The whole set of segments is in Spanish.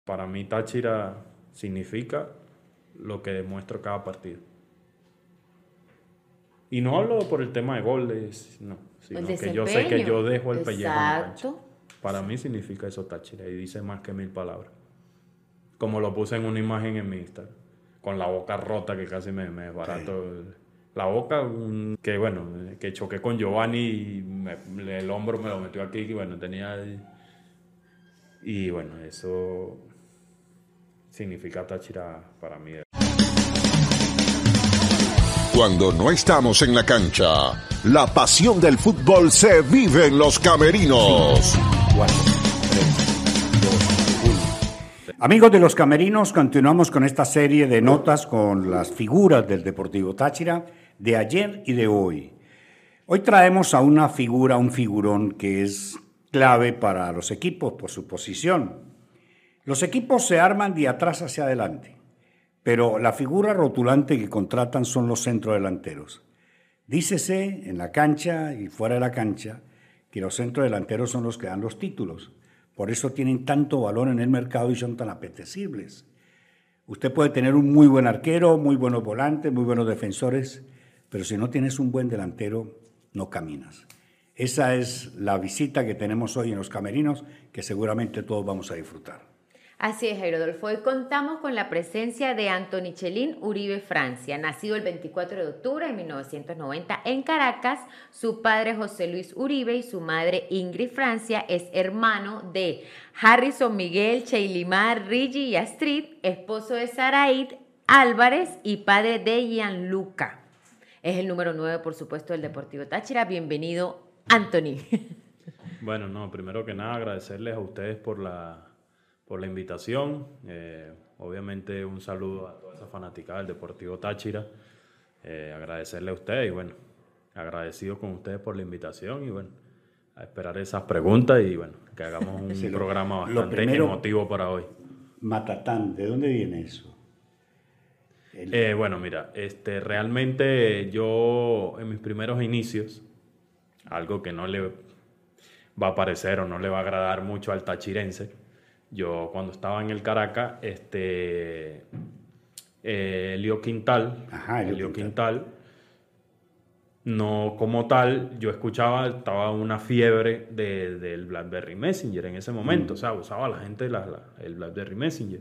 Para mí Táchira significa lo que demuestro cada partido. Y no hablo por el tema de goles, no, sino que yo sé que yo dejo el pellejo en la cancha. Para mí significa eso Táchira y dice más que 1000 palabras. Como lo puse en una imagen en mi Instagram, con la boca rota que casi me desbarato. La boca, que bueno, que choqué con Giovanni y el hombro me lo metió aquí, y bueno, tenía... Y bueno, eso significa Táchira para mí. Cuando no estamos en la cancha, la pasión del fútbol se vive en los camerinos. 4, 3, 2, 1. Amigos de los camerinos, continuamos con esta serie de notas con las figuras del Deportivo Táchira de ayer y de hoy. Hoy traemos a una figura, un figurón que es clave para los equipos por su posición. Los equipos se arman de atrás hacia adelante, pero la figura rotulante que contratan son los centrodelanteros. Dícese en la cancha y fuera de la cancha que los centrodelanteros son los que dan los títulos. Por eso tienen tanto valor en el mercado y son tan apetecibles. Usted puede tener un muy buen arquero, muy buenos volantes, muy buenos defensores, pero si no tienes un buen delantero, no caminas. Esa es la visita que tenemos hoy en los camerinos, que seguramente todos vamos a disfrutar. Así es, Jairo Adolfo. Hoy contamos con la presencia de Anthony Chelín Uribe Francia, nacido el 24 de octubre de 1990 en Caracas. Su padre José Luis Uribe y su madre Ingrid Francia es hermano de Harrison Miguel, Cheilimar, Rigi y Astrid, esposo de Saraid Álvarez y padre de Gianluca. Es el número 9, por supuesto, del Deportivo Táchira. Bienvenido, Anthony. Bueno, no, primero que nada agradecerles a ustedes por la invitación. Obviamente un saludo a toda esa fanaticada del Deportivo Táchira. Agradecerle a ustedes y bueno, agradecido con ustedes por la invitación y bueno, a esperar esas preguntas y bueno, que hagamos un programa bastante emotivo para hoy. Matatán, ¿de dónde viene eso? Bueno, mira, realmente yo en mis primeros inicios, algo que no le va a parecer o no le va a agradar mucho al tachirense, yo cuando estaba en el Caracas, Elio Quintal, no como tal, yo escuchaba, estaba una fiebre del BlackBerry Messenger en ese momento, o sea, usaba la gente el BlackBerry Messenger.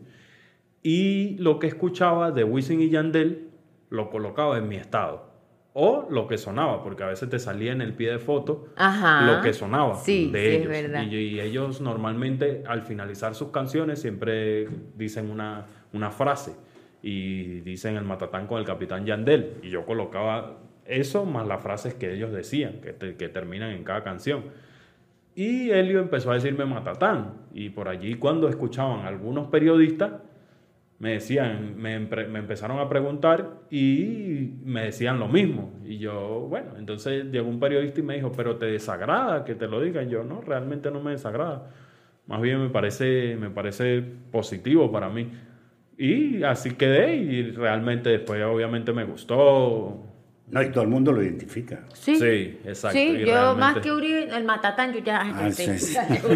Y lo que escuchaba de Wisin y Yandel lo colocaba en mi estado. O lo que sonaba, porque a veces te salía en el pie de foto lo que sonaba de ellos. Es verdad. Y ellos normalmente al finalizar sus canciones siempre dicen una frase. Y dicen el matatán con el capitán Yandel. Y yo colocaba eso más las frases que ellos decían, que terminan en cada canción. Y Elio empezó a decirme matatán. Y por allí cuando escuchaban algunos periodistas, me decían, me empezaron a preguntar y me decían lo mismo. Y yo, bueno, entonces llegó un periodista y me dijo, ¿pero te desagrada que te lo digan? Yo, no, realmente no me desagrada. Más bien me parece positivo para mí. Y así quedé y realmente después obviamente me gustó. No, y todo el mundo lo identifica. Sí, exacto. Sí, yo realmente, más que Uribe, el matatán, yo ya sí.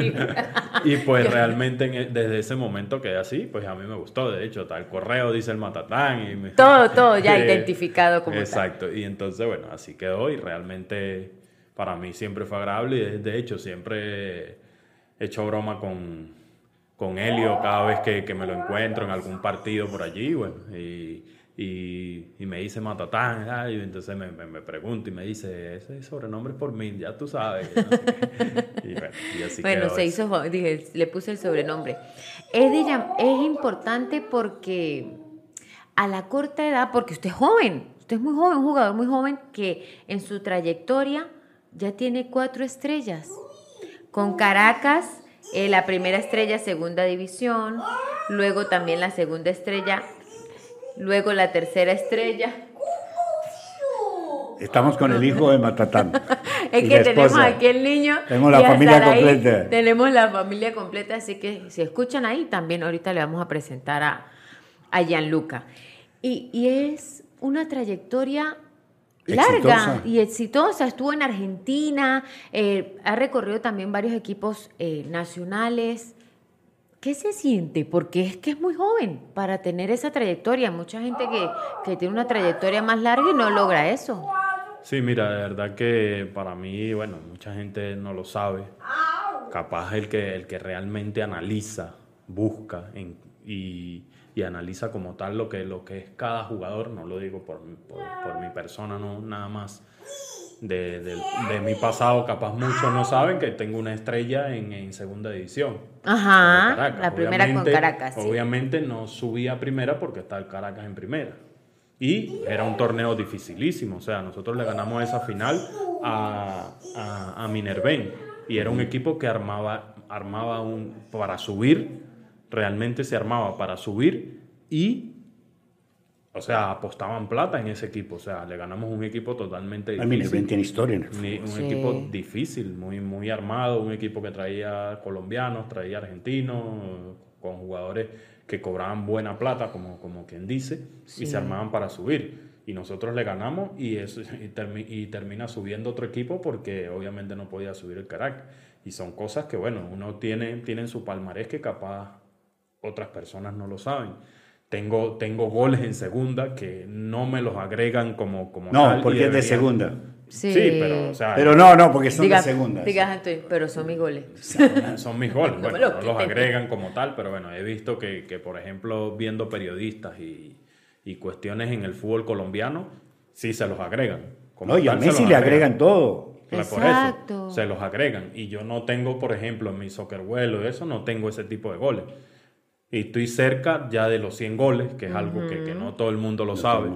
Y pues realmente desde ese momento quedé así, pues a mí me gustó. De hecho, tal correo dice el matatán. Todo ya identificado como exacto. Tal. Y entonces, bueno, así quedó y realmente para mí siempre fue agradable. Y de hecho, siempre he hecho broma con Elio cada vez que me lo encuentro en algún partido por allí, bueno, y me dice matatán, y entonces me pregunta y me dice, ese sobrenombre es por mí, ya tú sabes. y así bueno, se hizo, dije, le puse el sobrenombre. Es importante porque a la corta edad, porque usted es joven, usted es muy joven, un jugador muy joven que en su trayectoria ya tiene 4 estrellas. Con Caracas, la primera estrella, segunda división, luego también la segunda estrella, luego la tercera estrella. Estamos con el hijo de Matatán. Es que tenemos aquí el niño. Tenemos la familia completa. Tenemos la familia completa, así que si escuchan ahí, también ahorita le vamos a presentar a Gianluca. Y es una trayectoria larga y exitosa. Estuvo en Argentina, ha recorrido también varios equipos nacionales. ¿Qué se siente? Porque es que es muy joven para tener esa trayectoria. Mucha gente que tiene una trayectoria más larga y no logra eso. Sí, mira, de verdad que para mí, bueno, mucha gente no lo sabe. Capaz el que realmente analiza, busca y analiza como tal lo que es cada jugador, no lo digo por mi persona, no, nada más. De mi pasado, capaz muchos no saben que tengo una estrella en segunda división. Ajá, Caracas. la primera con Caracas. Sí. Obviamente no subí a primera porque está el Caracas en primera. Y era un torneo dificilísimo, o sea, nosotros le ganamos esa final a Minerven. Y era un equipo que armaba para subir, realmente se armaba para subir y... O sea, apostaban plata en ese equipo. O sea, le ganamos un equipo totalmente difícil. Minerven tiene historia. Un equipo difícil, muy, muy armado. Un equipo que traía colombianos, traía argentinos, con jugadores que cobraban buena plata, como quien dice, y se armaban para subir. Y nosotros le ganamos y termina subiendo otro equipo porque obviamente no podía subir el Caracas. Y son cosas que, bueno, uno tiene en su palmarés que capaz otras personas no lo saben. Tengo goles en segunda que no me los agregan como tal. No, porque es de segunda. Sí, pero, o sea, pero no, porque son de segunda. Digas, Antonio, pero son mis goles. Son mis goles. No Bueno, no los agregan como tal, pero bueno, he visto que por ejemplo, viendo periodistas y cuestiones en el fútbol colombiano, sí se los agregan. No, y a Messi le agregan todo. Por eso, se los agregan. Y yo no tengo, por ejemplo, en mi soccer vuelo, eso no tengo ese tipo de goles. Y estoy cerca ya de los 100 goles, que es algo que no todo el mundo lo sabe.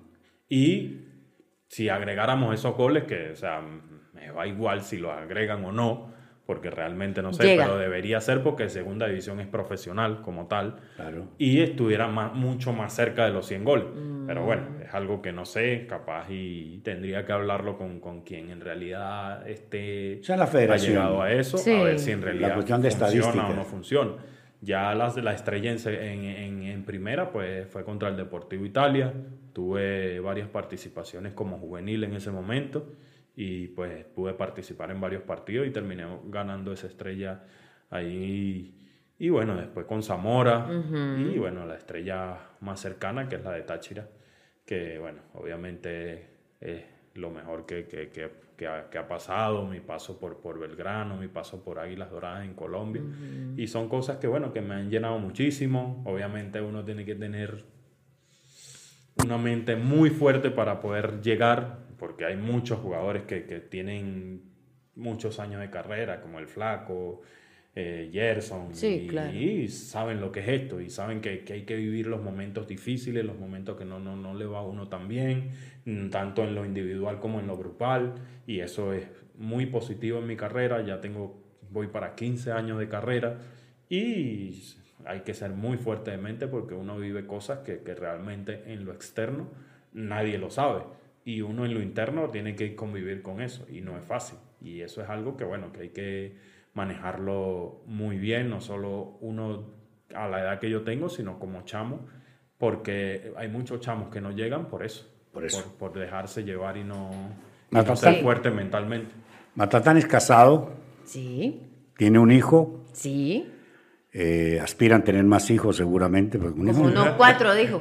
Y si agregáramos esos goles, que o sea, me va igual si los agregan o no, porque realmente no sé, pero debería ser porque segunda división es profesional como tal. Claro. Y estuviera mucho más cerca de los 100 goles. Pero bueno, es algo que no sé, capaz y tendría que hablarlo con quien en realidad la federación ha llegado a eso, a ver si en realidad la cuestión de funciona o no funciona. Ya la estrella en primera pues fue contra el Deportivo Italia. Tuve varias participaciones como juvenil en ese momento y pues pude participar en varios partidos y terminé ganando esa estrella ahí. Y bueno, después con Zamora y bueno, la estrella más cercana que es la de Táchira, que bueno, obviamente es lo mejor que ha pasado, mi paso por Belgrano, mi paso por Águilas Doradas en Colombia. Y son cosas que, bueno, que me han llenado muchísimo. Obviamente uno tiene que tener una mente muy fuerte para poder llegar, porque hay muchos jugadores que tienen muchos años de carrera, como el Flaco, Gerson, claro. y saben lo que es esto, y saben que hay que vivir los momentos difíciles, los momentos que no le va a uno tan bien, tanto en lo individual como en lo grupal, y eso es muy positivo en mi carrera. Voy para 15 años de carrera, y hay que ser muy fuerte de mente porque uno vive cosas que realmente en lo externo nadie lo sabe, y uno en lo interno tiene que convivir con eso, y no es fácil, y eso es algo que, bueno, que hay que manejarlo muy bien, no solo uno a la edad que yo tengo, sino como chamo, porque hay muchos chamos que no llegan por eso. Por dejarse llevar y no ser fuerte mentalmente. Matatán es casado. Sí. Tiene un hijo. Sí. Aspiran a tener más hijos seguramente. Como unos 4, dijo.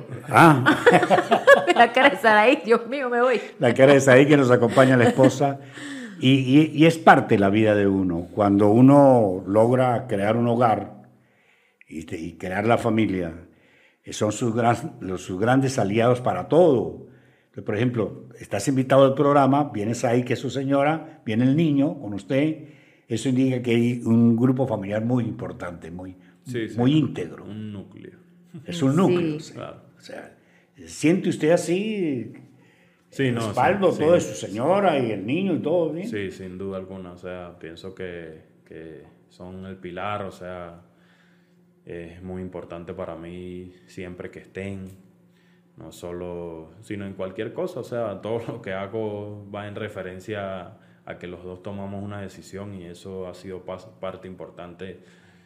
La cara de Saraí, Dios mío, me voy. La cara de Saraí que nos acompaña la esposa. Y es parte de la vida de uno. Cuando uno logra crear un hogar y crear la familia, son sus grandes aliados para todo. Entonces, por ejemplo, estás invitado al programa, vienes ahí que es su señora, viene el niño con usted. Eso indica que hay un grupo familiar muy importante, muy íntegro. Un núcleo. Es un núcleo. Sí. Claro. O sea, ¿siente usted así? Sí, el respaldo todo de su señora y el niño y todo bien. Sí, sin duda alguna. O sea, pienso que son el pilar. O sea, es muy importante para mí siempre que estén, no solo, sino en cualquier cosa. O sea, todo lo que hago va en referencia a que los dos tomamos una decisión, y eso ha sido parte importante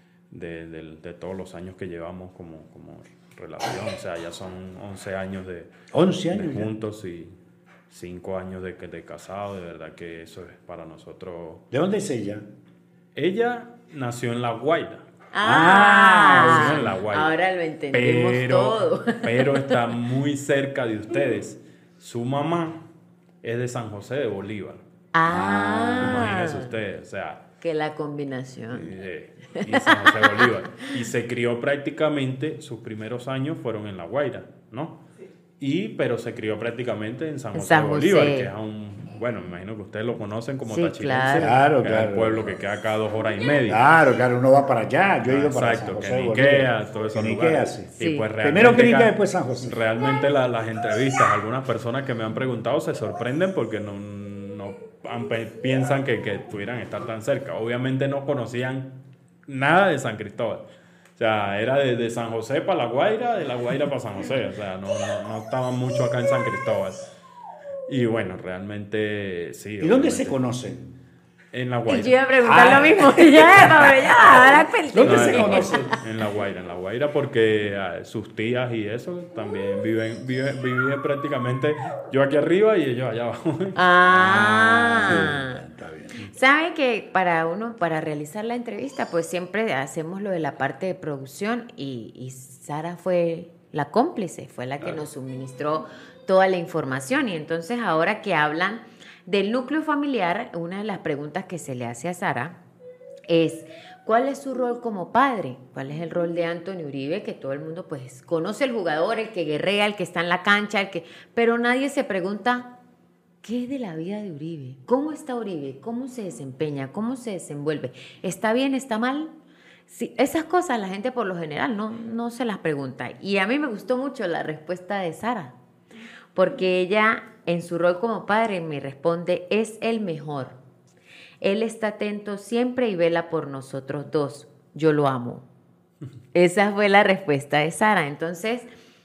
de todos los años que llevamos como relación. O sea, ya son 11 años de 11 años juntos y 5 años de casado. De verdad que eso es para nosotros. ¿De dónde es ella? Ella nació en La Guaira. Nació en La Guaira. Ahora lo entendimos todo. Pero está muy cerca de ustedes. Su mamá es de San José de Bolívar. Imagínense ustedes, o sea... Que la combinación. Y San José de Bolívar. Y se crió prácticamente, sus primeros años fueron en La Guaira, ¿no? Pero se crió prácticamente en San José de Bolívar, que es bueno, me imagino que ustedes lo conocen como Tachirense. Claro. Es el pueblo que queda cada 2 horas y media. Claro, uno va para allá. Yo he ido para San José de Bolívar. Ikea, todos esos lugares. Sí. Y pues Primero que Ikea, después San José. Realmente las entrevistas, algunas personas que me han preguntado se sorprenden porque no piensan que pudieran estar tan cerca. Obviamente no conocían nada de San Cristóbal. O sea, era de San José para La Guaira, de La Guaira para San José. O sea, no estaban mucho acá en San Cristóbal. Y bueno, realmente sí. ¿Y dónde se conocen? En La Guaira. Yo iba a preguntar lo mismo. ¿Dónde se conocen? En La Guaira, porque sus tías y eso también viven prácticamente yo aquí arriba y ellos allá abajo. Está bien. ¿Sabe que para realizar la entrevista, pues siempre hacemos lo de la parte de producción y Sara fue la cómplice, fue la que nos suministró toda la información? Y entonces ahora que hablan del núcleo familiar, una de las preguntas que se le hace a Sara es: ¿cuál es su rol como padre? ¿Cuál es el rol de Anthony Uribe? Que todo el mundo pues conoce el jugador, el que guerrea, el que está en la cancha, pero nadie se pregunta ¿qué es de la vida de Uribe? ¿Cómo está Uribe? ¿Cómo se desempeña? ¿Cómo se desenvuelve? ¿Está bien? ¿Está mal? Sí, esas cosas la gente por lo general no se las pregunta. Y a mí me gustó mucho la respuesta de Sara, porque ella en su rol como padre me responde: es el mejor. Él está atento siempre y vela por nosotros dos. Yo lo amo. Esa fue la respuesta de Sara. Entonces,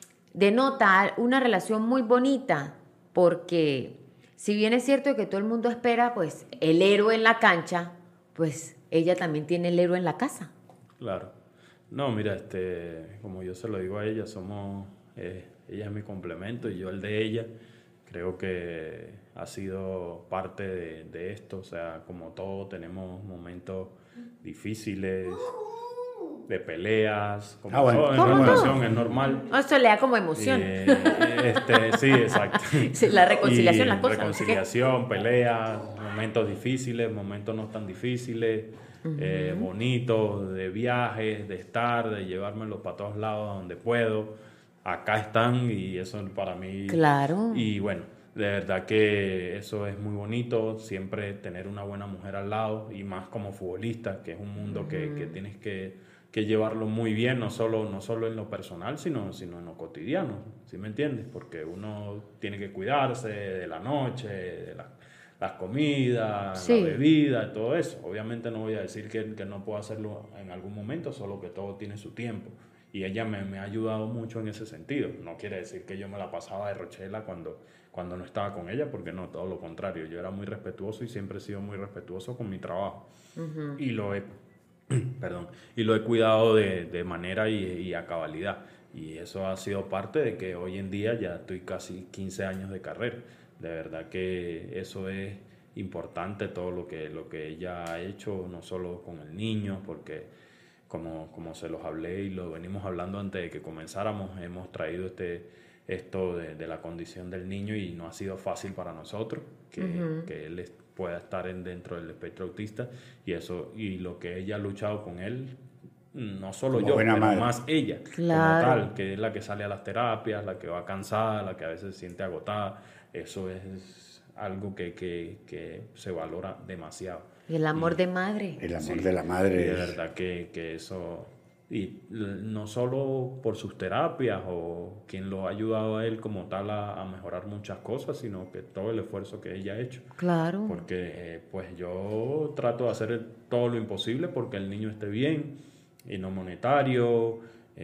denota una relación muy bonita, porque si bien es cierto que todo el mundo espera pues el héroe en la cancha, pues ella también tiene el héroe en la casa. Claro. No, mira, como yo se lo digo a ella, ella es mi complemento y yo el de ella. Creo que ha sido parte de esto, o sea, como todo tenemos momentos difíciles, de peleas, como todo en una relación es normal. Eso le da como emoción. Sí, exacto. Sí, la reconciliación, las cosas. Reconciliación, peleas, momentos difíciles, momentos no tan difíciles, bonitos, de viajes, de estar, de llevármelos para todos lados a donde puedo. Acá están y eso para mí... Claro. Y bueno, de verdad que eso es muy bonito, siempre tener una buena mujer al lado y más como futbolista, que es un mundo que tienes que llevarlo muy bien, no solo en lo personal, sino en lo cotidiano, ¿sí me entiendes? Porque uno tiene que cuidarse de la noche, de las comidas, sí, la bebida, todo eso. Obviamente no voy a decir que no puedo hacerlo en algún momento, solo que todo tiene su tiempo. Y ella me ha ayudado mucho en ese sentido. No quiere decir que yo me la pasaba de rochela cuando no estaba con ella, porque no, todo lo contrario. Yo era muy respetuoso y siempre he sido muy respetuoso con mi trabajo. Y lo he cuidado de manera y a cabalidad. Y eso ha sido parte de que hoy en día ya estoy casi 15 años de carrera. De verdad que eso es importante, todo lo que ella ha hecho, no solo con el niño, porque como se los hablé y lo venimos hablando antes de que comenzáramos, hemos traído esto de la condición del niño y no ha sido fácil para nosotros que él pueda estar dentro del espectro autista, y lo que ella ha luchado con él, no solo como yo, pero más ella, claro, como tal, que es la que sale a las terapias, la que va cansada, la que a veces se siente agotada. Eso es algo que se valora demasiado. Y el amor de madre. El amor de la madre. De verdad que eso... Y no solo por sus terapias o quien lo ha ayudado a él como tal a mejorar muchas cosas, sino que todo el esfuerzo que ella ha hecho. Claro. Porque pues yo trato de hacer todo lo imposible porque el niño esté bien, y no monetario,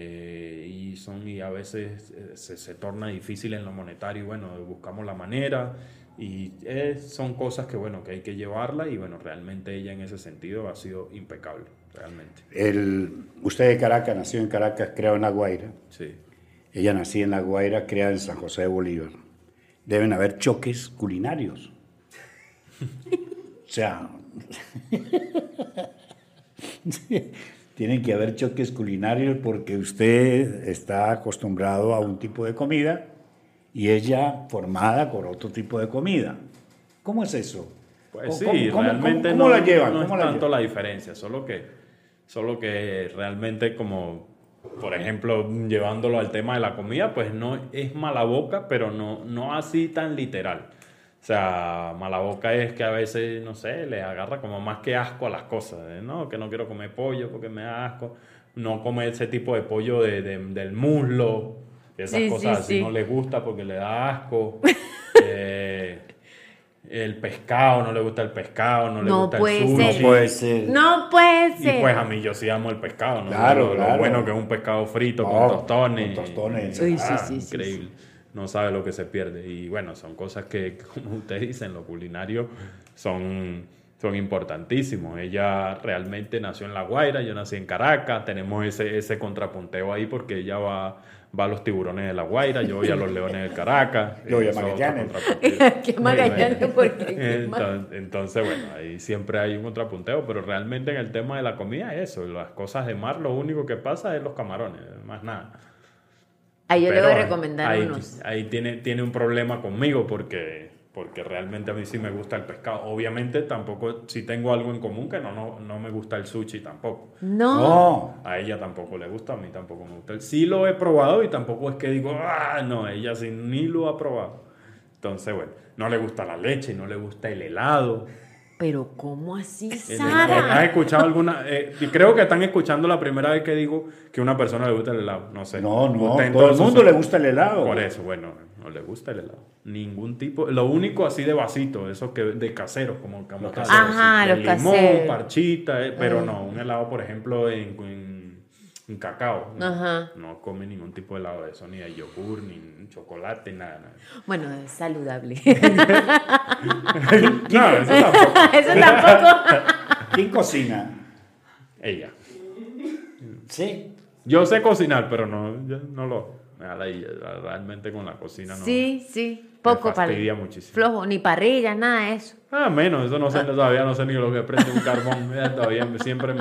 y a veces se torna difícil en lo monetario, y bueno, buscamos la manera, y son cosas que bueno, que hay que llevarla, y bueno, realmente ella en ese sentido ha sido impecable, realmente. Usted de Caracas, nació en Caracas, creado en La Guaira. Sí. Ella nació en La Guaira, creada en San José de Bolívar. Deben haber choques culinarios. O sea, tienen que haber choques culinarios porque usted está acostumbrado a un tipo de comida y ella formada con otro tipo de comida. ¿Cómo es eso? Pues sí, realmente ¿cómo la llevan? no es ¿Cómo la tanto llevan? la diferencia, solo que realmente como, por ejemplo, llevándolo al tema de la comida, pues no es mala boca, pero no así tan literal. O sea, mala boca es que a veces, no sé, le agarra como más que asco a las cosas, ¿no? Que no quiero comer pollo porque me da asco, no come ese tipo de pollo del muslo, esas Sí, cosas sí, así sí. no le gusta porque le da asco. Eh, el pescado, no le gusta el pescado, no le No gusta el puede sushi. ser. No puede ser. No puede Y ser. pues a mí yo sí amo el pescado, ¿no? Claro, Lo claro. bueno que es un pescado frito No, con tostones. con tostones. Uy, sí, sí, sí, Increíble. No sabe lo que se pierde. Y bueno, son cosas que, como ustedes dicen, lo culinario son importantísimos. Ella realmente nació en La Guaira, yo nací en Caracas. Tenemos ese contrapunteo ahí porque ella va a los Tiburones de La Guaira, yo voy a los Leones de Caracas. Yo voy a Eso es otro Magallanes. contrapunteo. ¿Qué Magallanes? ¿Por qué? ¿Qué más? Entonces, bueno, ahí siempre hay un contrapunteo, pero realmente en el tema de la comida es eso, las cosas de mar, lo único que pasa es los camarones, más nada. Ahí yo le Pero voy a recomendar ahí, unos. ahí tiene un problema conmigo porque realmente a mí sí me gusta el pescado. Obviamente tampoco, si tengo algo en común, que no me gusta el sushi tampoco. No. No. A ella tampoco le gusta, a mí tampoco me gusta. Sí lo he probado y tampoco es que digo, no, ella sí ni lo ha probado. Entonces, bueno, no le gusta la leche, no le gusta el helado. Pero ¿cómo así, ¿Has Sara? escuchado alguna? Creo que están escuchando la primera vez que digo que a una persona le gusta el helado. No sé. No, Usted todo el entonces- mundo le gusta el helado. Por eso, bueno, no le gusta el helado. Ningún tipo. Lo único así de vasito, esos que de caseros, como Los que caseros, Ajá, de los limón, caseros. parchita, pero no, un helado, por ejemplo, en cacao. No, Ajá. no come ningún tipo de helado de eso, ni de yogur, ni chocolate, nada. Bueno, es saludable. No, eso tampoco. Eso tampoco. ¿Quién cocina? Ella. Sí. Yo sé cocinar, pero yo no lo. Realmente con la cocina no. Sí, sí. Poco Me para. fastidia muchísimo. Flojo, ni parrilla, nada de eso. Menos, eso no sé, todavía no sé ni lo que prende un carbón. Todavía siempre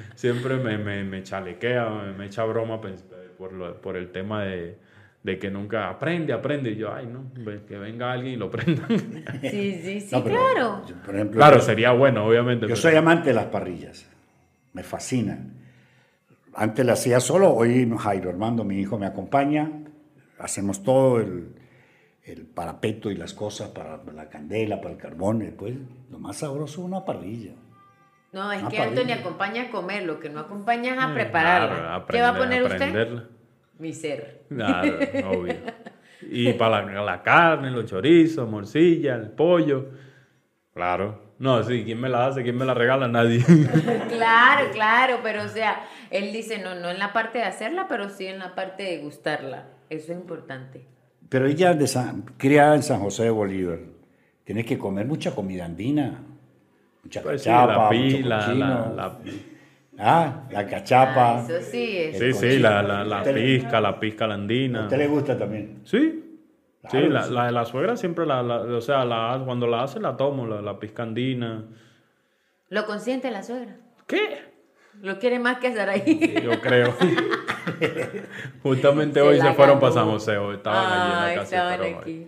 me chalequea, me echa broma por el tema de que nunca aprende. Y yo, ay, no, que venga alguien y lo prenda. Sí, sí, sí, No, pero claro. yo, por ejemplo, Claro, sería bueno, obviamente. yo pero- soy amante de las parrillas. Me fascinan. Antes la hacía solo, hoy Jairo Armando, mi hijo, me acompaña. Hacemos todo el parapeto y las cosas para la candela, para el carbón. Después, lo más sabroso es una parrilla. No, es Una que parrilla. Anthony acompaña a comer, lo que no acompaña es a Claro, prepararla. ¿Qué va a poner usted? aprenderla. Mi ser. Claro, obvio. Y para la carne, los chorizos, morcilla, el pollo. Claro. No, sí, ¿quién me la hace? ¿Quién me la regala? Nadie. Claro, claro, pero o sea, él dice no en la parte de hacerla, pero sí en la parte de gustarla. Eso es importante. Pero ella, criada en San José de Bolívar, tienes que comer mucha comida andina. Mucha Pues sí, cachapa, la mucho pila, cochino. la La cachapa. Eso sí es. Sí, El sí, cochino. la ¿Usted le- pizca, la ¿A andina. usted le gusta también? Sí. Claro, Sí, sí. la de la suegra siempre o sea, cuando la hace la tomo, la pizca andina. Lo consiente la suegra. ¿Qué? Lo quiere más que hacer ahí. Yo creo. Justamente Se hoy la se fueron ganó. para San José, hoy estaban allí en la Ay, casa. estaban pero, aquí.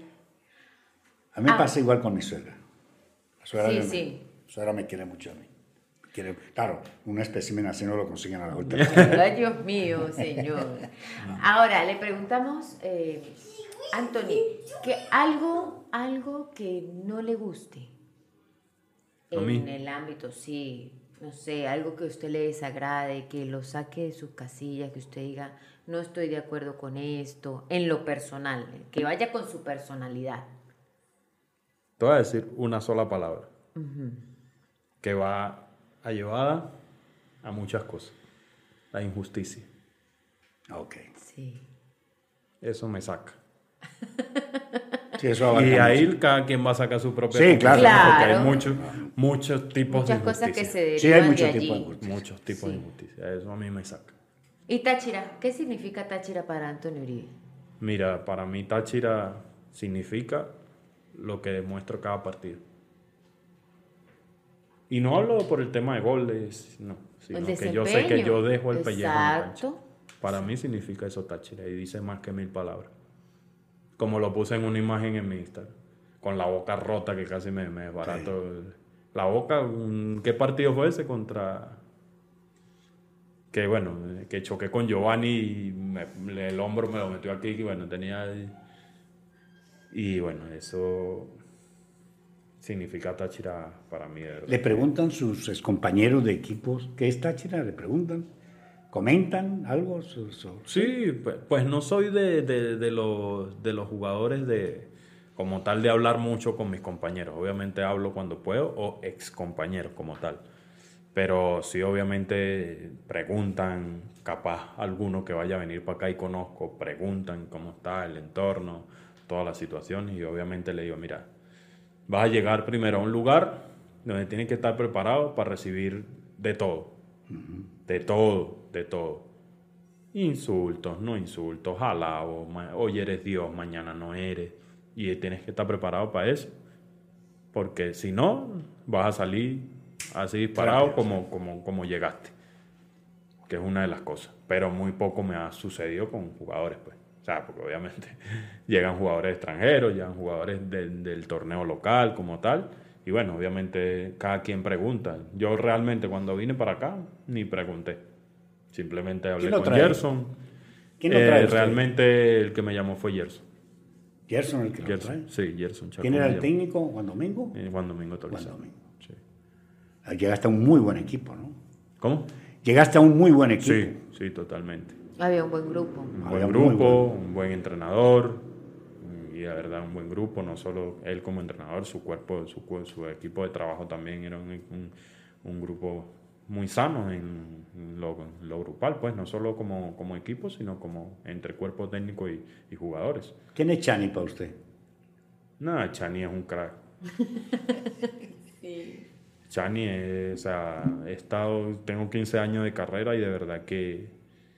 A mí me pasa igual con mi suegra. La suegra, Sí, me, sí. la suegra me quiere mucho a mí. Claro, un espécimen así no lo consiguen a la vuelta. Ay, Dios mío, señor. Ahora, le preguntamos, Anthony, que algo que no le guste ¿A mí? en el ámbito, sí, no sé, algo que a usted le desagrade, que lo saque de sus casillas, que usted diga, no estoy de acuerdo con esto, en lo personal, que vaya con su personalidad. Te voy a decir una sola palabra. Que va ayudada a muchas cosas. La injusticia. Ok. Sí. Eso me saca. Sí, eso abarca Y mucho. ahí cada quien va a sacar su propia Sí, claro. conclusión, porque Claro. hay muchos tipos Muchas de cosas injusticia. que se derivan Sí, hay de muchos allí. tipos de injusticia. Muchos tipos Sí. de injusticia. Eso a mí me saca. ¿Y Táchira? ¿Qué significa Táchira para Antonio Uribe? Mira, para mí Táchira significa lo que demuestro cada partido. Y no hablo por el tema de goles, no, sino El que yo sé que yo dejo el pellejo en la cancha. Exacto. Para mí significa eso Táchira y dice más que 1000 palabras. Como lo puse en una imagen en mi Instagram, con la boca rota que casi me desbarato. La boca, ¿qué partido fue ese contra...? Que bueno, que choqué con Giovanni y el hombro me lo metió aquí y bueno, tenía... Y bueno, eso significa Táchira para mí, de verdad. ¿Le preguntan sus excompañeros de equipos qué es Táchira? ¿Le preguntan? ¿Comentan algo? Sí, pues no soy de los jugadores como tal de hablar mucho con mis compañeros. Obviamente hablo cuando puedo o ex compañeros como tal. Pero sí, obviamente preguntan, capaz alguno que vaya a venir para acá y conozco, preguntan cómo está el entorno, todas las situaciones y obviamente le digo, mira, vas a llegar primero a un lugar donde tienes que estar preparado para recibir de todo. De todo, de todo. Insultos, no insultos, halagos, hoy eres Dios, mañana no eres. Y tienes que estar preparado para eso. Porque si no, vas a salir así disparado como llegaste. Que es una de las cosas. Pero muy poco me ha sucedido con jugadores, pues. O sea, porque obviamente llegan jugadores extranjeros, llegan jugadores del torneo local como tal. Y bueno, obviamente cada quien pregunta. Yo realmente cuando vine para acá ni pregunté. Simplemente hablé con Gerson. ¿Quién lo trae usted? Realmente el que me llamó fue Gerson. ¿Gerson el que lo Gerson, trae? sí, Gerson Chacón. ¿Quién era el técnico? ¿Juan Domingo? Juan Domingo Tolizano. Juan Domingo. Sí. Llegaste a un muy buen equipo, ¿no? ¿Cómo? Llegaste a un muy buen equipo. Sí, sí, totalmente. Había un buen grupo. Un buen grupo, un buen entrenador y de verdad un buen grupo, no solo él como entrenador, su cuerpo, su equipo de trabajo también era un grupo muy sano en lo grupal, pues no solo como equipo, sino como entre cuerpo técnico y jugadores. ¿Quién es Chani para usted? Nada, Chani es un crack. Sí. Chani o sea, tengo 15 años de carrera y de verdad que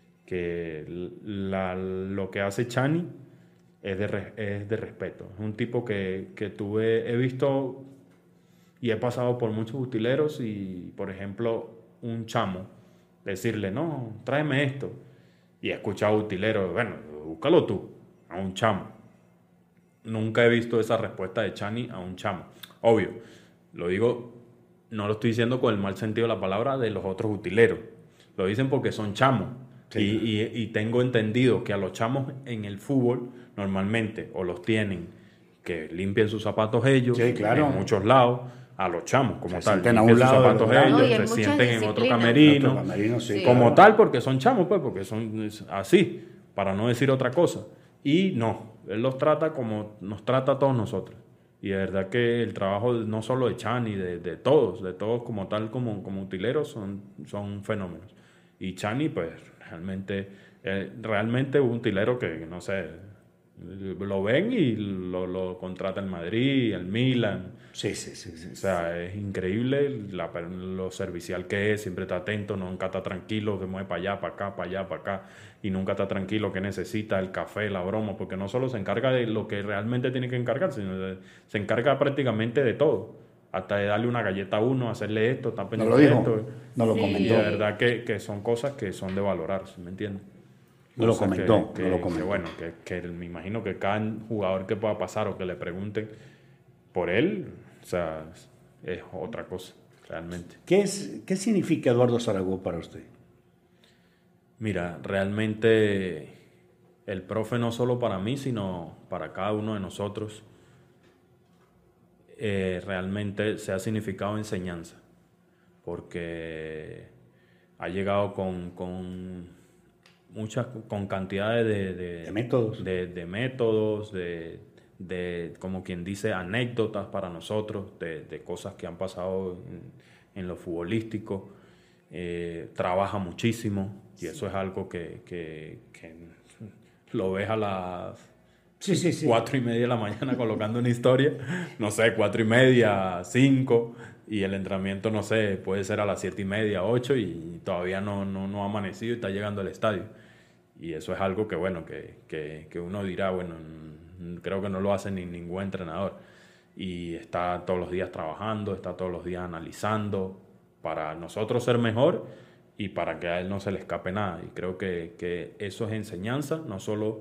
lo que hace Chani es de respeto. Es un tipo que he visto y he pasado por muchos utileros y, por ejemplo, un chamo, decirle, no, tráeme esto. Y he escuchado utileros, bueno, búscalo tú, a un chamo. Nunca he visto esa respuesta de Chani a un chamo. Obvio, lo digo, no lo estoy diciendo con el mal sentido de la palabra de los otros utileros. Lo dicen porque son chamos. Sí. Y tengo entendido que a los chamos en el fútbol normalmente o los tienen que limpien sus zapatos ellos, sí, claro, en muchos lados, a los chamos como se tal, sienten limpian sus zapatos no, ellos, se sienten en otro camerino, sí, como claro, tal porque son chamos, pues porque son así, para no decir otra cosa. Y no, él los trata como nos trata a todos nosotros. Y de verdad que el trabajo no solo de Chani, de todos como tal, como utileros, son fenómenos. Y Chani, pues, realmente un utilero que, no sé, lo ven y lo contrata el Madrid, el Milan. Sí. O sea, es increíble lo servicial que es, siempre está atento, nunca está tranquilo, se mueve para allá, para acá, para allá, para acá, y nunca está tranquilo que necesita el café, la broma, porque no solo se encarga de lo que realmente tiene que encargarse, sino se encarga prácticamente de todo. Hasta de darle una galleta a uno, hacerle esto, está pendiente de esto. No lo comentó. Y de verdad que son cosas que son de valorar, ¿me entiendes? No lo comentó. Que bueno, que me imagino que cada jugador que pueda pasar o que le pregunten por él, o sea, es otra cosa, realmente. ¿Qué significa Eduardo Zaragoza para usted? Mira, realmente el profe no solo para mí, sino para cada uno de nosotros, realmente se ha significado enseñanza, porque ha llegado con cantidades de métodos, de métodos, de como quien dice anécdotas para nosotros, de cosas que han pasado en lo futbolístico. Trabaja muchísimo y eso es algo que lo ves a las 4:30 de la mañana colocando una historia, no sé, 4:30, 5, y el entrenamiento, no sé, puede ser a las 7:30, 8 y todavía no ha amanecido y está llegando al estadio. Y eso es algo que, bueno, que uno dirá, bueno, creo que no lo hace ni ningún entrenador. y está todos los días trabajando, está todos los días analizando para nosotros ser mejor y para que a él no se le escape nada. Y creo que eso es enseñanza, no solo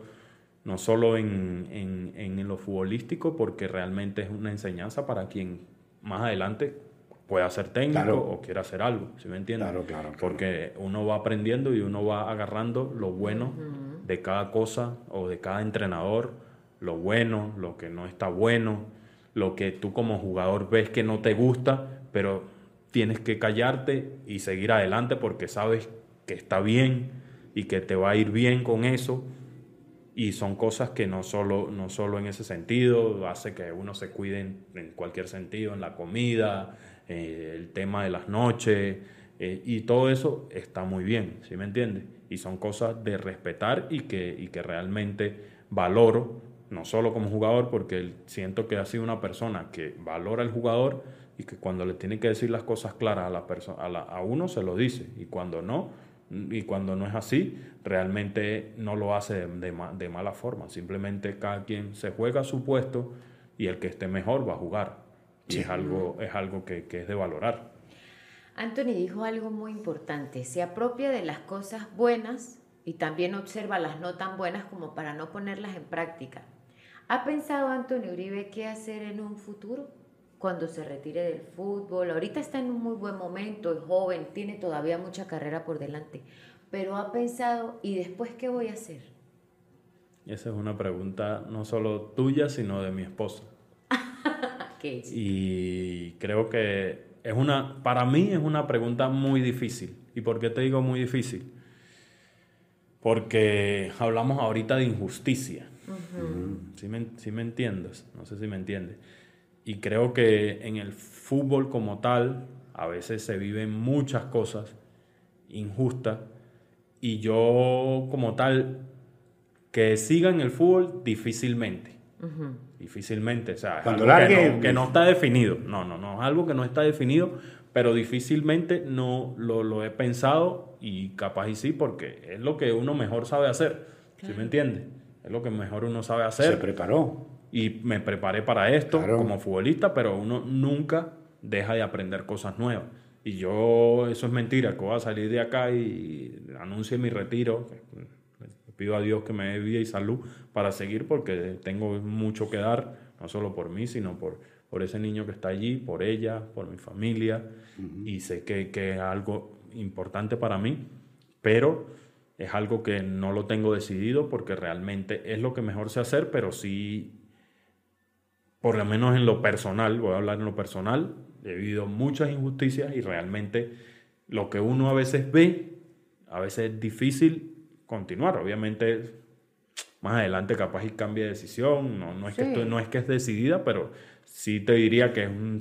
en lo futbolístico, porque realmente es una enseñanza para quien más adelante pueda ser técnico, claro, o quiera hacer algo, ¿sí me entiendes? Claro. Porque uno va aprendiendo y uno va agarrando lo bueno de cada cosa o de cada entrenador, lo bueno, lo que no está bueno, lo que tú como jugador ves que no te gusta, pero tienes que callarte y seguir adelante porque sabes que está bien y que te va a ir bien con eso. Y son cosas que no solo en ese sentido, hace que uno se cuide en cualquier sentido, en la comida, el tema de las noches, y todo eso está muy bien, ¿sí me entiendes? Y son cosas de respetar y que realmente valoro, no solo como jugador, porque siento que ha sido una persona que valora al jugador y que cuando le tiene que decir las cosas claras a uno se lo dice, y cuando no es así, realmente no lo hace de mala forma. Simplemente cada quien se juega a su puesto y el que esté mejor va a jugar. Y es algo que es de valorar. Anthony dijo algo muy importante: se apropia de las cosas buenas y también observa las no tan buenas como para no ponerlas en práctica. ¿Ha pensado Anthony Uribe qué hacer en un futuro? Cuando se retire del fútbol, ahorita está en un muy buen momento, es joven, tiene todavía mucha carrera por delante, pero ha pensado, ¿y después qué voy a hacer? Esa es una pregunta no solo tuya, sino de mi esposa. ¿Qué es? Y creo que para mí es una pregunta muy difícil. ¿Y por qué te digo muy difícil? Porque hablamos ahorita de injusticia. ¿Sí me entiendes? No sé si me entiendes. Y creo que en el fútbol como tal, a veces se viven muchas cosas injustas. Y yo como tal, que siga en el fútbol, difícilmente. Difícilmente. O sea, es algo que no está definido. No, es algo que no está definido, pero difícilmente no lo he pensado, y capaz y sí, porque es lo que uno mejor sabe hacer. Claro. ¿Sí me entiendes? Es lo que mejor uno sabe hacer. Se preparó. Y me preparé para esto, claro, como futbolista, pero uno nunca deja de aprender cosas nuevas. Y eso es mentira, que voy a salir de acá y anuncie mi retiro. Le pido a Dios que me dé vida y salud para seguir, porque tengo mucho que dar, no solo por mí, sino por ese niño que está allí, por ella, por mi familia. Y sé que es algo importante para mí, pero es algo que no lo tengo decidido, porque realmente es lo que mejor sé hacer, pero sí, por lo menos en lo personal, voy a hablar en lo personal, he vivido muchas injusticias y realmente lo que uno a veces ve, a veces es difícil continuar. Obviamente más adelante capaz y cambie de decisión, no es que es decidida, pero sí te diría que es un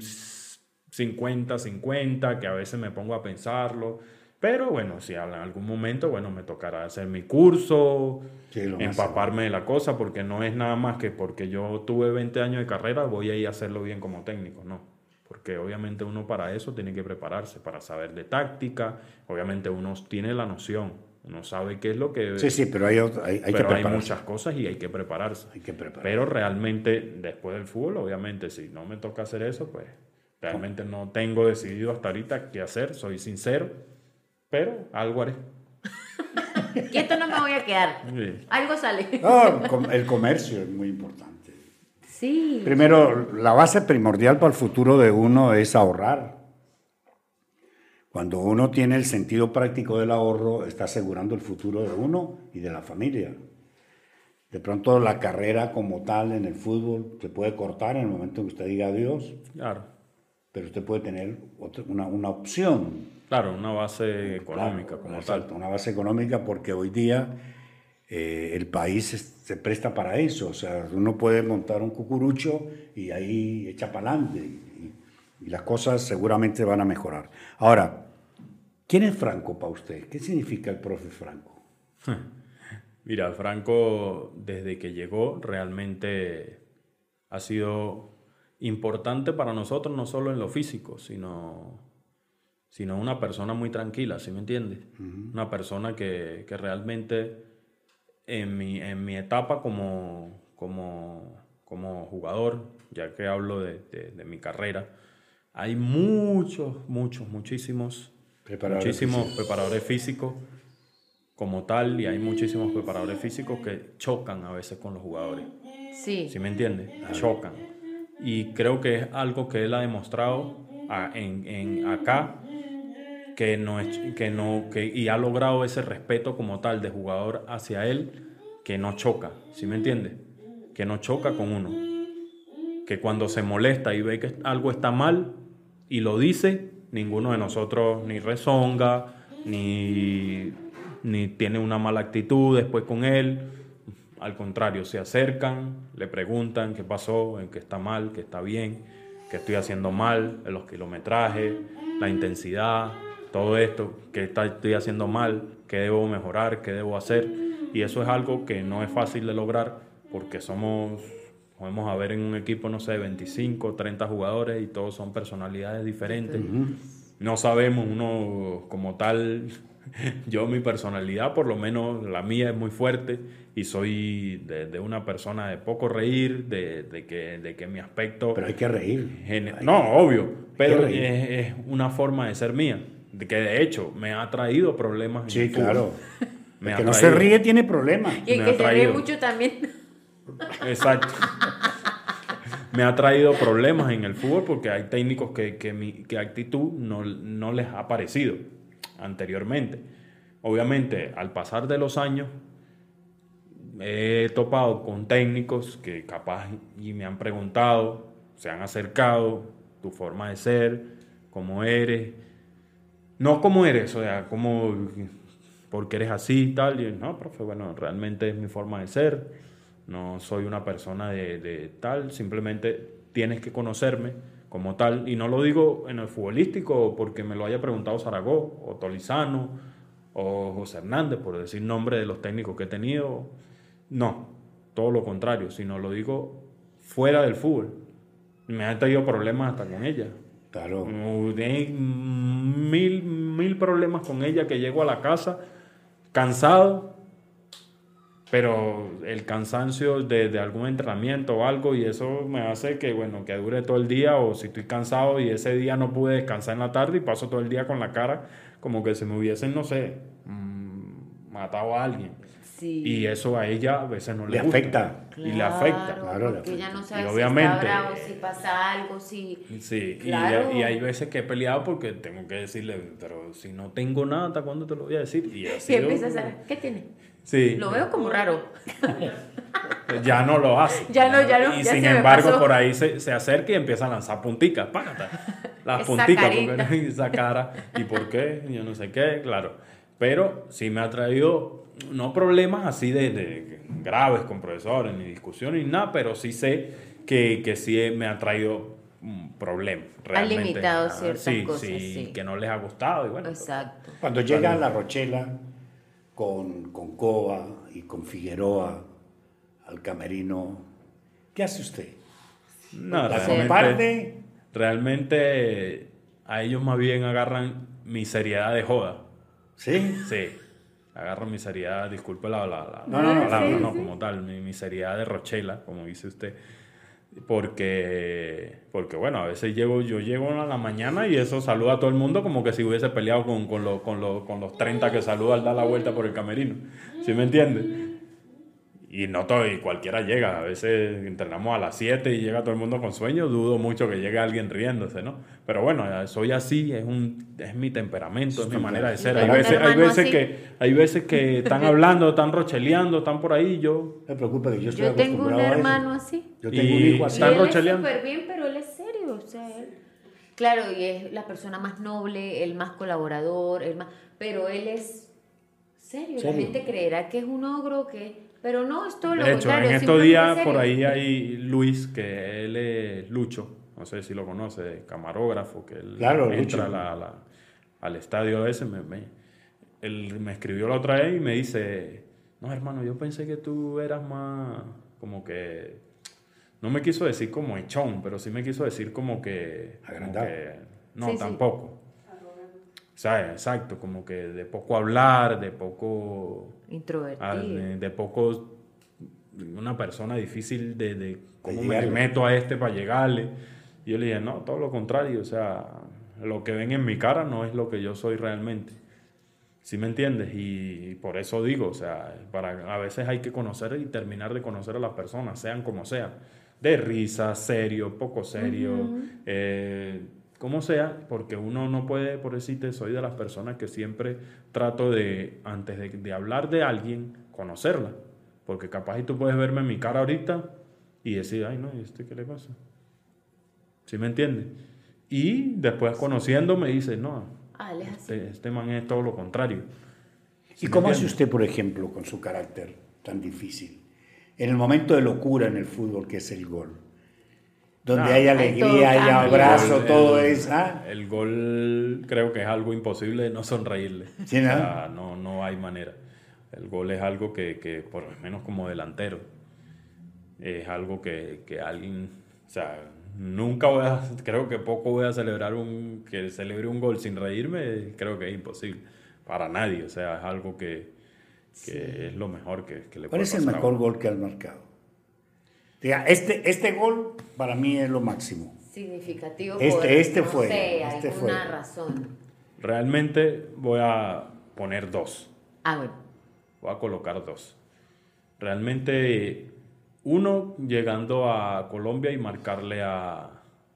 50-50, que a veces me pongo a pensarlo. Pero bueno, si en algún momento, me tocará hacer mi curso, empaparme de la cosa, porque no es nada más que porque yo tuve 20 años de carrera, voy a ir a hacerlo bien como técnico, no. Porque obviamente uno para eso tiene que prepararse, para saber de táctica. Obviamente uno tiene la noción, uno sabe qué es lo que... Sí, pero hay que prepararse. Hay muchas cosas y hay que prepararse. Pero realmente, después del fútbol, obviamente, si no me toca hacer eso, pues realmente no tengo decidido hasta ahorita qué hacer, soy sincero. Pero algo haré. Quieto no me voy a quedar. Sí. Algo sale. El comercio es muy importante. Sí. Primero, la base primordial para el futuro de uno es ahorrar. Cuando uno tiene el sentido práctico del ahorro, está asegurando el futuro de uno y de la familia. De pronto la carrera como tal en el fútbol se puede cortar en el momento en que usted diga adiós. Claro. Pero usted puede tener una opción. Claro, una base económica, como exacto, tal. Una base económica, porque hoy día el país se presta para eso. O sea, uno puede montar un cucurucho y ahí echa para adelante. Y las cosas seguramente van a mejorar. Ahora, ¿quién es Franco para usted? ¿Qué significa el profe Franco? Mira, Franco, desde que llegó, realmente ha sido importante para nosotros, no solo en lo físico, sino una persona muy tranquila, ¿sí me entiendes? Una persona que realmente en mi etapa como como jugador, ya que hablo de mi carrera, hay muchísimos preparadores físicos como tal, y hay muchísimos preparadores físicos que chocan a veces con los jugadores. Sí. ¿Sí me entiendes? Chocan. Y creo que es algo que él ha demostrado acá, y ha logrado ese respeto como tal de jugador hacia él, que no choca. ¿Sí me entiendes? Que no choca con uno. Que cuando se molesta y ve que algo está mal y lo dice, ninguno de nosotros ni rezonga, ni tiene una mala actitud después con él. Al contrario, se acercan, le preguntan qué pasó, en qué está mal, qué está bien, qué estoy haciendo mal, en los kilometrajes, la intensidad, todo esto, qué estoy haciendo mal, qué debo mejorar, qué debo hacer. Y eso es algo que no es fácil de lograr, porque podemos haber en un equipo, no sé, 25, 30 jugadores y todos son personalidades diferentes. No sabemos uno como tal. Yo, mi personalidad, por lo menos la mía, es muy fuerte y soy de una persona de poco reír, de que mi aspecto... Pero hay que reír. No, obvio, pero es una forma de ser mía, que de hecho me ha traído problemas. Sí, claro. El que no se ríe tiene problemas. Y el que se ríe mucho también. Exacto. Me ha traído problemas en el fútbol porque hay técnicos que actitud no les ha parecido anteriormente. Obviamente, al pasar de los años, he topado con técnicos que capaz y me han preguntado, se han acercado, tu forma de ser, cómo eres, no cómo eres, o sea, porque eres así y tal. Y no, profe, bueno, realmente es mi forma de ser, no soy una persona de tal, simplemente tienes que conocerme como tal, y no lo digo en el futbolístico porque me lo haya preguntado Zaragoza o Tolizano o José Hernández, por decir nombre de los técnicos que he tenido. No, todo lo contrario, sino lo digo fuera del fútbol. Me han tenido problemas hasta con ella. Claro. Hay mil problemas con ella, que llego a la casa cansado, pero el cansancio de algún entrenamiento o algo, y eso me hace que dure todo el día, o si estoy cansado y ese día no pude descansar en la tarde y paso todo el día con la cara como que se me hubiesen, no sé, matado a alguien. Sí. Y eso a ella a veces no le gusta. Afecta. Y le afecta. Claro, porque ella no sabe y si obviamente, está bravo, si pasa algo, si... Sí, claro. y hay veces que he peleado porque tengo que decirle, pero si no tengo nada, ¿hasta cuándo te lo voy a decir? Y así Y empiezas a... ¿Qué tiene? Sí. Lo veo como raro. Ya no lo hace. Ya no. Y ya sin se me embargo, pasó. por ahí se acerca y empieza a lanzar punticas. Págata. Las Esa punticas. carita. Porque esa cara. ¿Y por qué? Yo no sé qué, claro. Pero sí me ha traído, no problemas así de graves con profesores, ni discusiones, ni nada, pero sí sé que sí me ha traído problemas. Ha limitado ciertas cosas, sí, que no les ha gustado. Y bueno, exacto. Cuando llega a La Rochela con Cova y con Figueroa al camerino, ¿qué hace usted? no, ¿La comparte? realmente a ellos más bien agarran mi seriedad de joda. ¿Sí? Sí, agarro mi seriedad, disculpe la No, palabra, sí, no, sí. como tal, mi seriedad de Rochela, como dice usted, porque bueno, a veces yo llego a la mañana y eso saluda a todo el mundo como que si hubiese peleado con los 30 que saluda al dar la vuelta por el camerino, ¿sí me entiende? Y no todo, y cualquiera llega, a veces entrenamos a las 7 y llega todo el mundo con sueño, dudo mucho que llegue alguien riéndose, ¿no? Pero bueno, soy así, es mi temperamento, es mi manera de ser. Hay veces que están hablando, están rocheleando, están por ahí, yo... No me preocupe que yo estoy Yo tengo un acostumbrado a eso. hermano así. Yo tengo un Y hijo así. Y están él es rocheleando. súper bien, pero él es serio, o sea, él... Claro, y es la persona más noble, el más colaborador, pero él es serio. La ¿Serio? gente creerá que es un ogro, pero no, es todo lo De hecho, contrario. en estos simplemente días serio. por ahí hay Luis, que él es Lucho, no sé si lo conoce, camarógrafo, que él Claro, entra Lucho. al estadio ese. Él me escribió la otra vez y me dice, no, hermano, yo pensé que tú eras más como que, no me quiso decir como echón, pero sí me quiso decir como que... Agrandado. No, Sí, sí. tampoco. O sea, exacto, como que de poco hablar, de poco... Introvertido. de poco una persona difícil de cómo me llegarle. meto a este para llegarle. Y yo le dije, no, todo lo contrario, o sea, lo que ven en mi cara no es lo que yo soy realmente. ¿Sí me entiendes? Y por eso digo, o sea, a veces hay que conocer y terminar de conocer a las personas, sean como sean. De risa, serio, poco serio, como sea, porque uno no puede, por decirte, soy de las personas que siempre trato de, antes de hablar de alguien, conocerla. Porque capaz y tú puedes verme en mi cara ahorita y decir, ay no, ¿y este qué le pasa? ¿Sí me entiendes? Y después conociéndome dice, no, él es así. este man es todo lo contrario. ¿Y cómo hace usted, por ejemplo, con su carácter tan difícil? En el momento de locura en el fútbol, que es el gol. Donde hay alegría, hay abrazo, todo es... El gol creo que es algo imposible de no sonreírle. ¿Sí, no? O sea, no hay manera. El gol es algo que por lo menos como delantero, es algo que alguien... O sea, creo que poco voy a que celebre un gol sin reírme, creo que es imposible. Para nadie, o sea, es algo que es lo mejor que le puede pasar. ¿Cuál es el mejor gol que has marcado? Diga, este gol para mí es lo máximo. Significativo. Este no fue. sé, Este alguna fue. razón. Realmente voy a poner 2. Bueno. Voy a colocar 2. Realmente, uno llegando a Colombia y marcarle a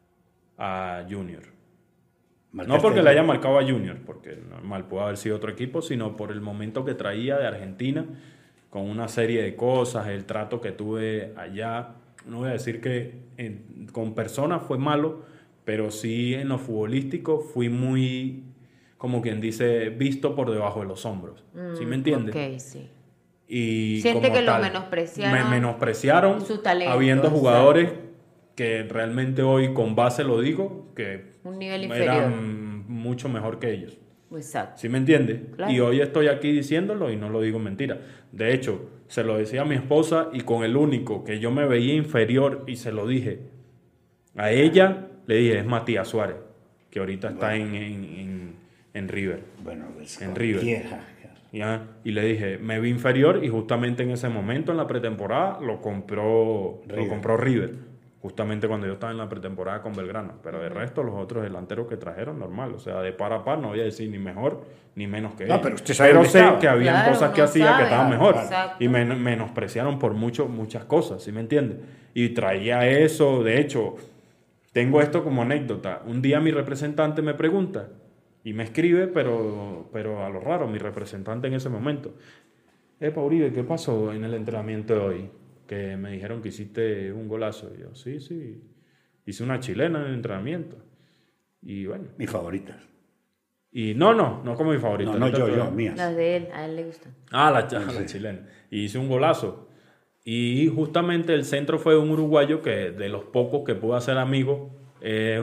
Junior. No porque le haya marcado a Junior, porque normal puede haber sido otro equipo, sino por el momento que traía de Argentina, con una serie de cosas, el trato que tuve allá. No voy a decir que con personas fue malo, pero sí en lo futbolístico fui muy, como quien dice, visto por debajo de los hombros. ¿Sí me entiendes? Ok, sí. Y siente que tal, lo menospreciaron. Me menospreciaron su talento, habiendo jugadores que realmente hoy con base lo digo, que un nivel inferior. Eran mucho mejor que ellos. Exacto. ¿Sí me entiendes? Claro. Y hoy estoy aquí diciéndolo y no lo digo mentira. De hecho, se lo decía a mi esposa y con el único que yo me veía inferior y se lo dije a ella, le dije, es Matías Suárez, que ahorita está en River. Bueno, es en River. Vieja. ¿Ya? Y le dije, me vi inferior y justamente en ese momento en la pretemporada lo compró River. Justamente cuando yo estaba en la pretemporada con Belgrano. Pero de resto, los otros delanteros que trajeron, normal. O sea, de par a par, no voy a decir ni mejor ni menos que ellos. Pero usted sabe pero dónde sé estaba. que habían Claro, cosas que uno hacía sabe. que estaban mejor. Exacto. Y me menospreciaron por muchas cosas, ¿sí me entiendes? Y traía eso. De hecho, tengo esto como anécdota. Un día mi representante me pregunta y me escribe, pero a lo raro, mi representante en ese momento. Epa, Uribe, ¿qué pasó en el entrenamiento de hoy? Que me dijeron que hiciste un golazo. Y yo, sí, hice una chilena en el entrenamiento. Y bueno. Mis favoritas. Y no como mi favorita. No, yo, mías. Las de él, a él le gustan. La chilena. Y hice un golazo. Y justamente el centro fue un uruguayo que de los pocos que pude hacer amigo es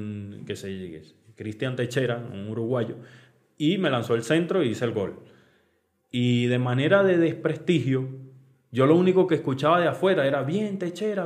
Cristian Techera, un uruguayo. Y me lanzó el centro y hice el gol. Y de manera de desprestigio, yo lo único que escuchaba de afuera era bien Techera.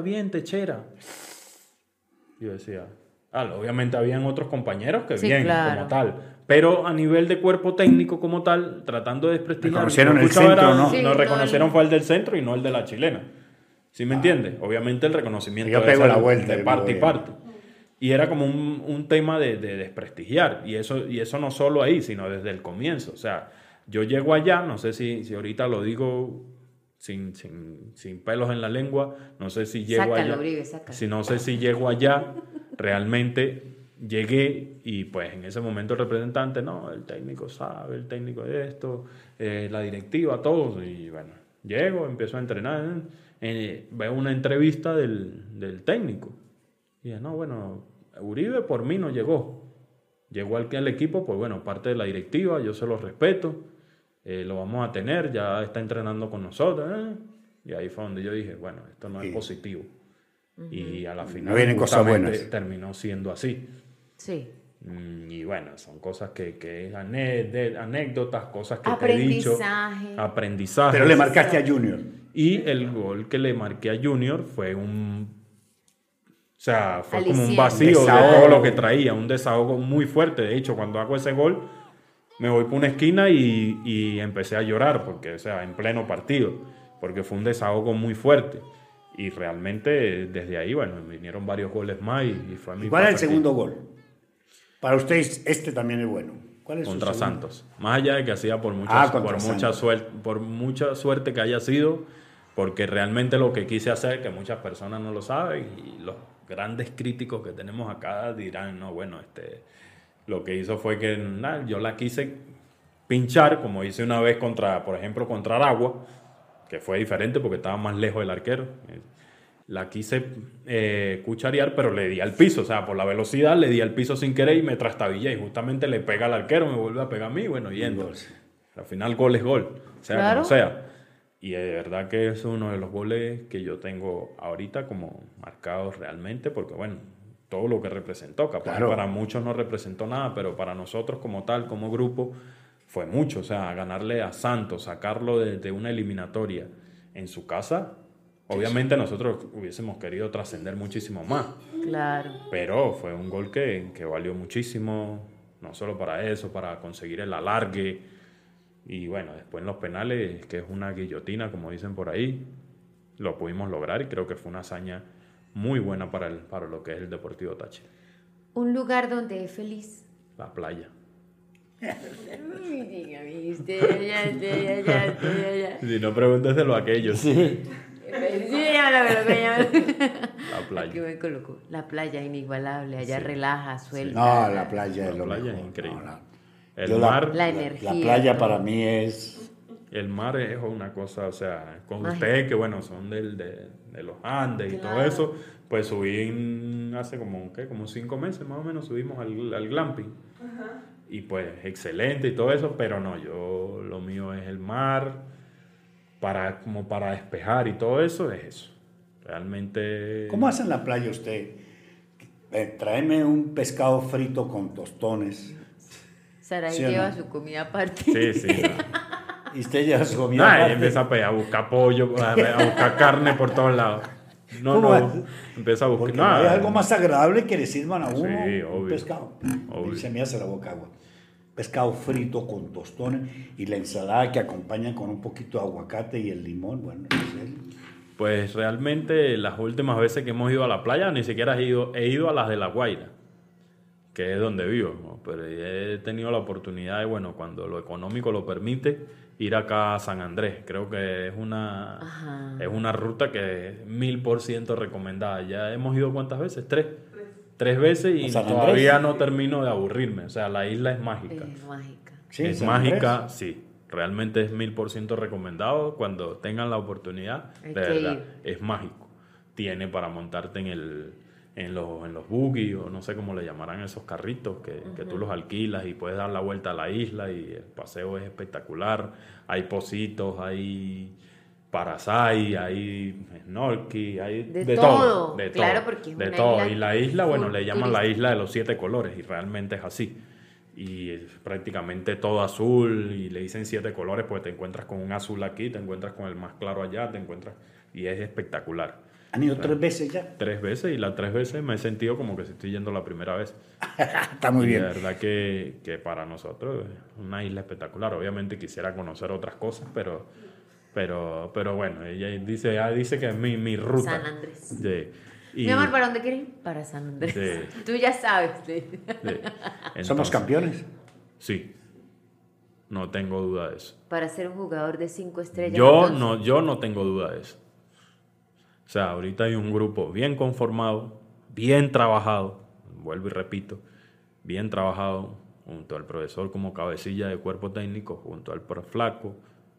Yo decía, obviamente habían otros compañeros que Sí, bien, claro. como tal. Pero a nivel de cuerpo técnico como tal, tratando de desprestigiar. Reconocieron el escuchaba centro, ¿no? Sí, nos reconocieron no, fue el del centro y no el de la chilena. ¿Sí me entiendes? Obviamente el reconocimiento Yo debe pego ser la vuelta, de parte y muy bien. parte. Y era como un tema de desprestigiar. Y eso no solo ahí, sino desde el comienzo. O sea, yo llego allá, no sé si ahorita lo digo sin pelos en la lengua, no sé si llego Sácalo, allá. Uribe, sácalo. No sé si llego allá, realmente llegué y pues en ese momento el representante, el técnico sabe, el técnico de esto, la directiva, todos. Y bueno, llego, empiezo a entrenar, veo una entrevista del técnico. Y dije, Uribe por mí no llegó. Llegó al equipo, pues bueno, parte de la directiva, yo se lo respeto, lo vamos a tener, ya está entrenando con nosotros. Y ahí fue donde yo dije, bueno, esto no es positivo. Y a la final No vienen cosas justamente buenas. terminó siendo así. Sí. Y bueno, son cosas que anécdotas, cosas que te he dicho. Aprendizaje. Pero le marcaste a Junior. Y el gol que le marqué a Junior fue como un Aliciente. vacío Desahogo. de todo lo que traía, un desahogo muy fuerte. De hecho, cuando hago ese gol, me voy por una esquina y empecé a llorar, porque, en pleno partido. porque fue un desahogo muy fuerte. Y realmente desde ahí, bueno, vinieron varios goles más y fue a mi ¿Cuál es el paso segundo gol? Para ustedes, este también es bueno. ¿Cuál es contra su segundo? Santos. Más allá de que hacía por mucha suerte que haya sido, porque realmente lo que quise hacer, que muchas personas no lo saben, y los grandes críticos que tenemos acá dirán, no, bueno, lo que hizo fue que yo la quise pinchar, como hice una vez por ejemplo, contra Aragua, que fue diferente porque estaba más lejos del arquero. La quise cucharear, pero le di al piso, o sea, por la velocidad le di al piso sin querer y me trastabillé, y justamente le pega al arquero, me vuelve a pegar a mí, bueno, y entonces, al final gol es gol, sea claro. como sea. Y de verdad que es uno de los goles que yo tengo ahorita como marcados realmente, porque bueno, todo lo que representó, capaz claro. Para muchos no representó nada, pero para nosotros como tal, como grupo, fue mucho. O sea, ganarle a Santos, sacarlo de una eliminatoria en su casa, obviamente nosotros hubiésemos querido trascender muchísimo más. Claro. Pero fue un gol que valió muchísimo, no solo para eso, para conseguir el alargue. Y bueno, después en los penales, que es una guillotina, como dicen por ahí, lo pudimos lograr y creo que fue una hazaña muy buena para lo que es el Deportivo Táchira. Un lugar donde es feliz. La playa. Si no, pregúnteselo a aquellos. Sí, La playa. aquí me colocó. La playa inigualable, allá relaja, suelta. No, la playa es lo La playa mejor. es increíble. No, El mar, la energía. La playa para mí es... el mar es una cosa, o sea, con mágica. ustedes que bueno, son de los Andes y Claro. todo eso, pues subí hace como 5 meses más o menos, subimos al glamping. Ajá. Y pues excelente y todo eso, pero no, lo mío es el mar, como para despejar y todo eso, es eso. Realmente... ¿Cómo hace en la playa usted? Tráeme un pescado frito con tostones. Saray ¿Sí o lleva no? su comida aparte. Sí. Y usted ya su comida Nah, y aparte. empieza a buscar pollo, a buscar carne por todos lados. ¿Cómo es? Empieza a buscar... Porque no hay algo más agradable que le sirvan a uno Sí, un obvio. pescado. Obvio. Y se me hace la boca agua. Pescado frito con tostones y la ensalada que acompañan con un poquito de aguacate y el limón. Bueno, Pues realmente las últimas veces que hemos ido a la playa ni siquiera he ido a las de La Guaira, que es donde vivo, ¿no? Pero he tenido la oportunidad de, bueno, cuando lo económico lo permite, ir acá a San Andrés. Creo que es Ajá. una ruta que es 1000% recomendada. Ya hemos ido ¿cuántas veces? 3 veces y ¿A San Andrés? todavía no termino de aburrirme. O sea, la isla es mágica. Es mágica. Sí, Es San mágica, Andrés. sí. Realmente es 1000% recomendado. Cuando tengan la oportunidad, Hay de que verdad, ir. es mágico. Tiene para montarte en los buggy o no sé cómo le llamarán esos carritos que tú los alquilas y puedes dar la vuelta a la isla y el paseo es espectacular. Hay pocitos, hay parasai, hay snorkel, hay De de todo. todo. De Claro, todo, porque es de una todo. isla Y la isla, bueno, full le llaman la turística. isla de los 7 colores y realmente es así. Y es prácticamente todo azul y le dicen 7 colores porque te encuentras con un azul aquí, te encuentras con el más claro allá, y es espectacular. ¿Han ido 3 veces ya? 3 veces y las 3 veces me he sentido como que si estoy yendo la primera vez. Está muy Y bien. de verdad que para nosotros es una isla espectacular. Obviamente quisiera conocer otras cosas, pero bueno, ella dice que es mi ruta. San Andrés. Sí. Y- Mi amor, ¿para dónde quieres ir? Para San Andrés. Sí. Tú ya sabes. Sí. sí. ¿Somos Entonces, campeones? Sí. No tengo duda de eso. Para ser un jugador de 5 estrellas. Yo entonces, no tengo duda de eso. O sea, ahorita hay un grupo bien conformado, bien trabajado, vuelvo y repito, bien trabajado, junto al profesor como cabecilla de cuerpo técnico, junto al flaco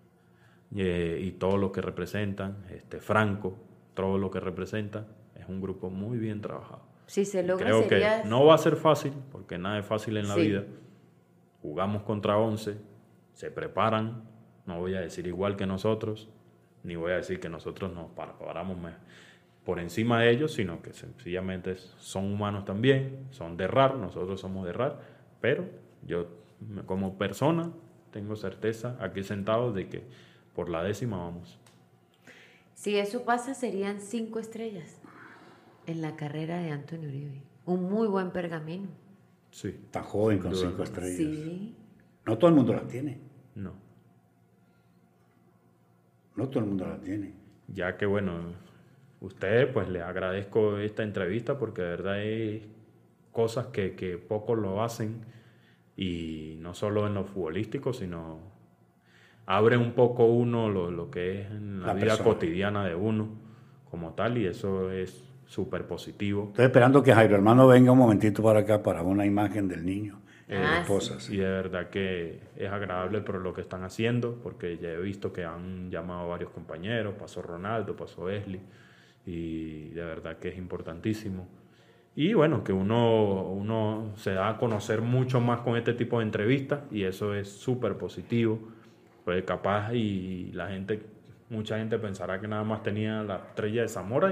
y todo lo que representan, Franco, todo lo que representa, es un grupo muy bien trabajado. Si se logra, Creo sería... que no va a ser fácil, porque nada es fácil en la Sí. vida. Jugamos contra 11, se preparan, no voy a decir igual que nosotros, ni voy a decir que nosotros nos paramos por encima de ellos, sino que sencillamente son humanos también, son de errar, nosotros somos de errar, pero yo como persona tengo certeza aquí sentado de que por la 10ª vamos. Si eso pasa, serían 5 estrellas en la carrera de Antonio Uribe. Un muy buen pergamino. Sí. Tan joven con Sin duda. 5 estrellas. Sí. No todo el mundo las tiene. No. No todo el mundo la tiene. Ya que, bueno, usted, pues le agradezco esta entrevista porque de verdad hay cosas que pocos lo hacen, y no solo en lo futbolístico, sino abre un poco uno lo que es en la vida persona cotidiana de uno como tal, y eso es súper positivo. Estoy esperando que Jairo Hermano venga un momentito para acá para una imagen del niño y de la esposa. Y de verdad que es agradable por lo que están haciendo, porque ya he visto que han llamado a varios compañeros, pasó Ronaldo, pasó Wesley, y de verdad que es importantísimo. Y bueno, que uno se da a conocer mucho más con este tipo de entrevistas, y eso es súper positivo. Pues capaz y mucha gente pensará que nada más tenía la estrella de Zamora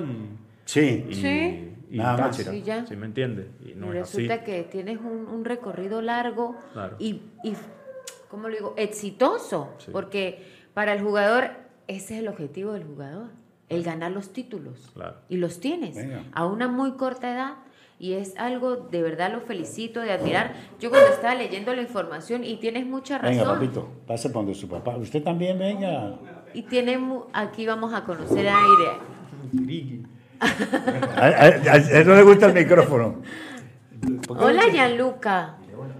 y nada más. Táchira, Sí, ya. ¿sí me entiendes? Y no y es así. resulta que tienes un recorrido largo, Claro. y ¿cómo lo digo? Exitoso, Sí. porque para el jugador ese es el objetivo del jugador, el ganar los títulos. Claro. Y los tienes Venga. a una muy corta edad, y es algo, de verdad lo felicito, de admirar. Yo cuando estaba leyendo la información, y tienes mucha razón. Venga, papito, pase por donde su papá. Usted también, venga. Y aquí vamos a conocer a Aire. A él no le gusta el micrófono. Hola, Gianluca.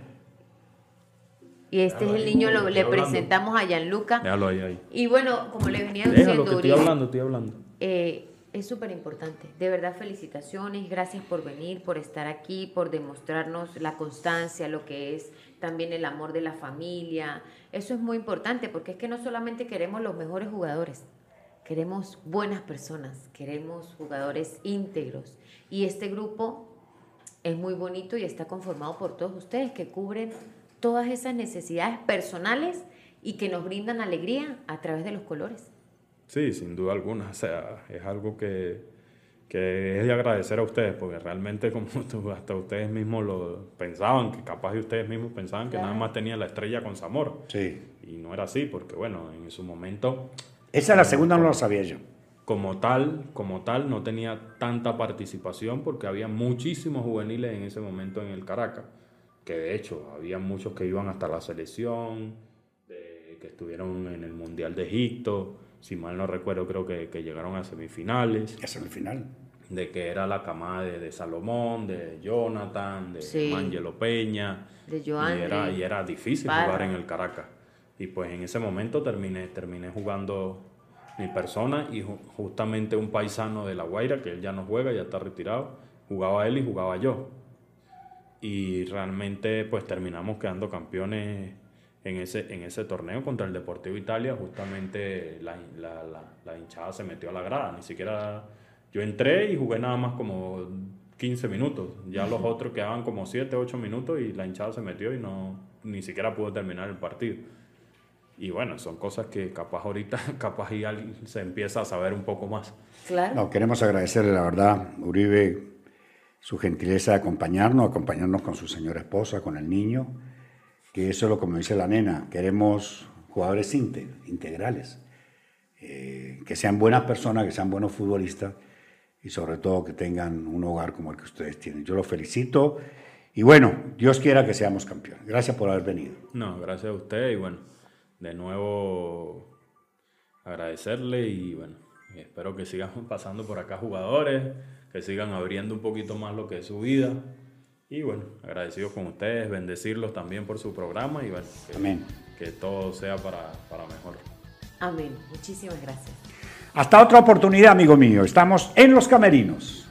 Y este es el niño, le presentamos a Gianluca. Déjalo ahí. Y bueno, como le venía Déjalo, diciendo, que estoy Uribe, hablando. es súper importante. De verdad, felicitaciones. Gracias por venir, por estar aquí, por demostrarnos la constancia, lo que es también el amor de la familia. Eso es muy importante, porque es que no solamente queremos los mejores jugadores, queremos buenas personas, queremos jugadores íntegros. Y este grupo es muy bonito y está conformado por todos ustedes que cubren todas esas necesidades personales y que nos brindan alegría a través de los colores. Sí, sin duda alguna. O sea, es algo que es de agradecer a ustedes, porque realmente como hasta ustedes mismos lo pensaban, que capaz de ustedes mismos pensaban que nada más tenía la estrella con Zamora. Sí. Y no era así, porque bueno, en su momento... Esa es la segunda, no lo sabía yo. Como tal, no tenía tanta participación, porque había muchísimos juveniles en ese momento en el Caracas, que de hecho había muchos que iban hasta la selección, que estuvieron en el Mundial de Egipto, si mal no recuerdo creo que llegaron a semifinales. Ya es el final. De que era la camada de Salomón, de Jonathan, de Sí. Mangelo Peña, De Joandri, y era difícil Parra. jugar en el Caracas. Y pues en ese momento terminé jugando mi persona, y justamente un paisano de La Guaira, que él ya no juega, ya está retirado, jugaba él y jugaba yo. Y realmente pues terminamos quedando campeones en ese torneo contra el Deportivo Italia. Justamente la hinchada se metió a la grada, ni siquiera... Yo entré y jugué nada más como 15 minutos, ya los otros quedaban como 7, 8 minutos y la hinchada se metió y ni siquiera pudo terminar el partido. Y bueno, son cosas que capaz ahorita, ya se empieza a saber un poco más. Claro. No, queremos agradecerle, la verdad, Uribe, su gentileza de acompañarnos con su señora esposa, con el niño, que eso es lo como dice la nena, queremos jugadores integrales, que sean buenas personas, que sean buenos futbolistas, y sobre todo que tengan un hogar como el que ustedes tienen. Yo los felicito y bueno, Dios quiera que seamos campeones. Gracias por haber venido. No, gracias a usted y bueno, de nuevo agradecerle y bueno, espero que sigan pasando por acá jugadores, que sigan abriendo un poquito más lo que es su vida y bueno, agradecidos con ustedes, bendecirlos también por su programa y bueno, Amén. Que todo sea para mejor. Amén. Muchísimas gracias. Hasta otra oportunidad, amigo mío. Estamos en Los Camerinos.